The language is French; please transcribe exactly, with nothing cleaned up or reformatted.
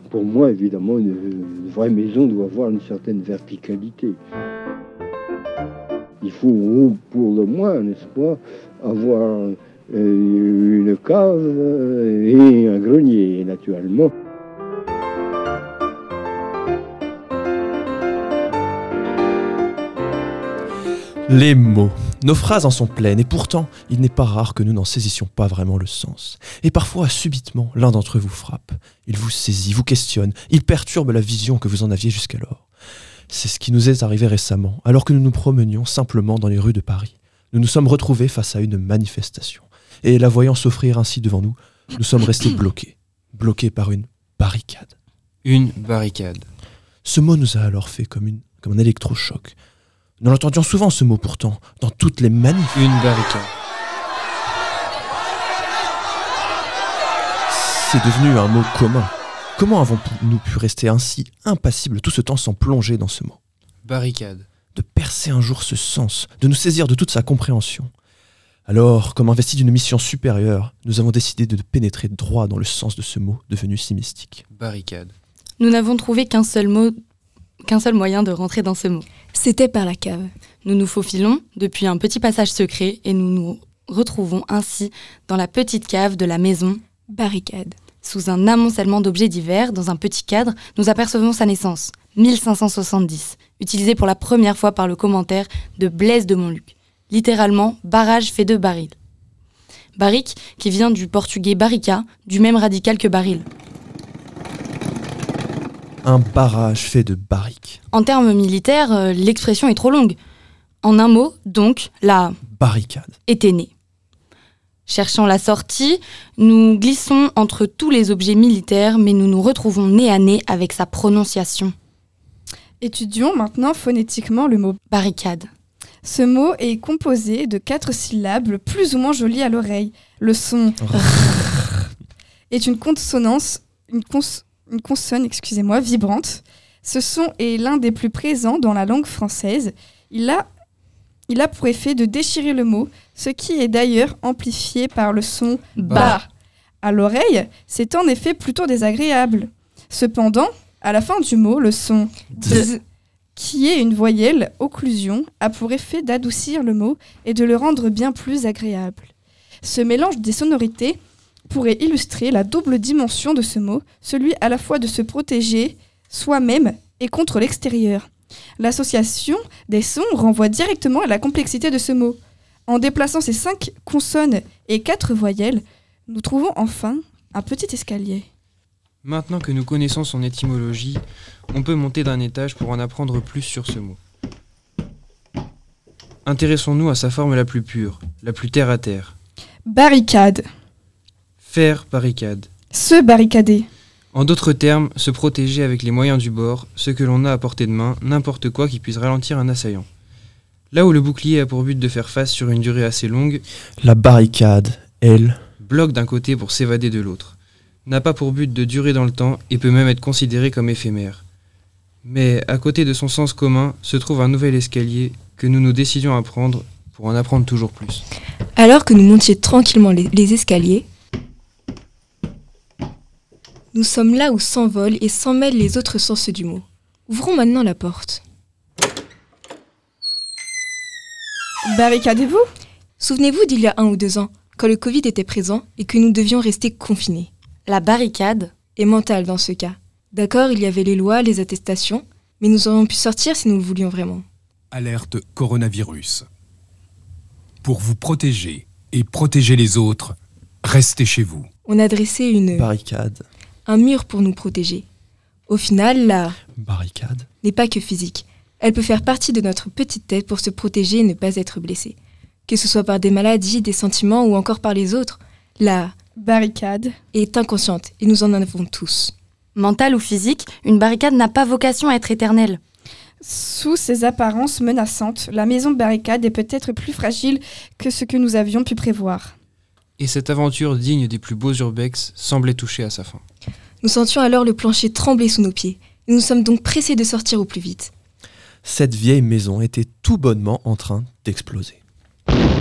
Pour moi, évidemment, une, une vraie maison doit avoir une certaine verticalité. Il faut, pour le moins, n'est-ce pas, avoir euh, une cave et un grenier, naturellement. Les mots. Nos phrases en sont pleines et pourtant, il n'est pas rare que nous n'en saisissions pas vraiment le sens. Et parfois, subitement, l'un d'entre eux vous frappe. Il vous saisit, vous questionne, il perturbe la vision que vous en aviez jusqu'alors. C'est ce qui nous est arrivé récemment, alors que nous nous promenions simplement dans les rues de Paris. Nous nous sommes retrouvés face à une manifestation. Et la voyant s'offrir ainsi devant nous, nous sommes restés bloqués. Bloqués par une barricade. Une barricade. Ce mot nous a alors fait comme, une, comme un électrochoc. Nous l'entendions souvent ce mot pourtant, dans toutes les manifs. Une barricade. C'est devenu un mot commun. Comment avons-nous pu rester ainsi impassibles tout ce temps sans plonger dans ce mot ? Barricade. De percer un jour ce sens, de nous saisir de toute sa compréhension. Alors, comme investis d'une mission supérieure, nous avons décidé de pénétrer droit dans le sens de ce mot devenu si mystique. Barricade. Nous n'avons trouvé qu'un seul mot, qu'un seul moyen de rentrer dans ce mot. C'était par la cave. Nous nous faufilons depuis un petit passage secret et nous nous retrouvons ainsi dans la petite cave de la maison Barricade. Sous un amoncellement d'objets divers, dans un petit cadre, nous apercevons sa naissance, mille cinq cent soixante-dix, utilisée pour la première fois par le commentaire de Blaise de Montluc. Littéralement, barrage fait de baril. Barrique, qui vient du portugais barrica, du même radical que baril. Un barrage fait de barriques. En termes militaires, euh, l'expression est trop longue. En un mot, donc, la barricade était née. Cherchant la sortie, nous glissons entre tous les objets militaires, mais nous nous retrouvons nez à nez avec sa prononciation. Étudions maintenant phonétiquement le mot barricade. Ce mot est composé de quatre syllabes plus ou moins jolies à l'oreille. Le son est une consonance, une, cons, une consonne, excusez-moi, vibrante. Ce son est l'un des plus présents dans la langue française. Il a Il a pour effet de déchirer le mot, ce qui est d'ailleurs amplifié par le son ba. ba. À l'oreille, c'est en effet plutôt désagréable. Cependant, à la fin du mot, le son d, qui est une voyelle occlusion, a pour effet d'adoucir le mot et de le rendre bien plus agréable. Ce mélange des sonorités pourrait illustrer la double dimension de ce mot, celui à la fois de se protéger soi-même et contre l'extérieur. L'association des sons renvoie directement à la complexité de ce mot. En déplaçant ces cinq consonnes et quatre voyelles, nous trouvons enfin un petit escalier. Maintenant que nous connaissons son étymologie, on peut monter d'un étage pour en apprendre plus sur ce mot. Intéressons-nous à sa forme la plus pure, la plus terre à terre. Barricade. Faire barricade. Se barricader. En d'autres termes, se protéger avec les moyens du bord, ce que l'on a à portée de main, n'importe quoi qui puisse ralentir un assaillant. Là où le bouclier a pour but de faire face sur une durée assez longue, la barricade, elle, bloque d'un côté pour s'évader de l'autre, n'a pas pour but de durer dans le temps et peut même être considérée comme éphémère. Mais à côté de son sens commun se trouve un nouvel escalier que nous nous décidions à prendre pour en apprendre toujours plus. Alors que nous montions tranquillement les, les escaliers, nous sommes là où s'envolent et s'emmêlent les autres sens du mot. Ouvrons maintenant la porte. Barricadez-vous. Souvenez-vous d'il y a un ou deux ans, quand le Covid était présent et que nous devions rester confinés. La barricade est mentale dans ce cas. D'accord, il y avait les lois, les attestations, mais nous aurions pu sortir si nous le voulions vraiment. Alerte coronavirus. Pour vous protéger et protéger les autres, restez chez vous. On a dressé une barricade, un mur pour nous protéger. Au final, la barricade n'est pas que physique. Elle peut faire partie de notre petite tête pour se protéger et ne pas être blessé. Que ce soit par des maladies, des sentiments ou encore par les autres, la barricade est inconsciente et nous en avons tous. Mentale ou physique, une barricade n'a pas vocation à être éternelle. Sous ses apparences menaçantes, la maison barricade est peut-être plus fragile que ce que nous avions pu prévoir. Et cette aventure digne des plus beaux urbex semblait toucher à sa fin. Nous sentions alors le plancher trembler sous nos pieds. Et nous sommes donc pressés de sortir au plus vite. Cette vieille maison était tout bonnement en train d'exploser.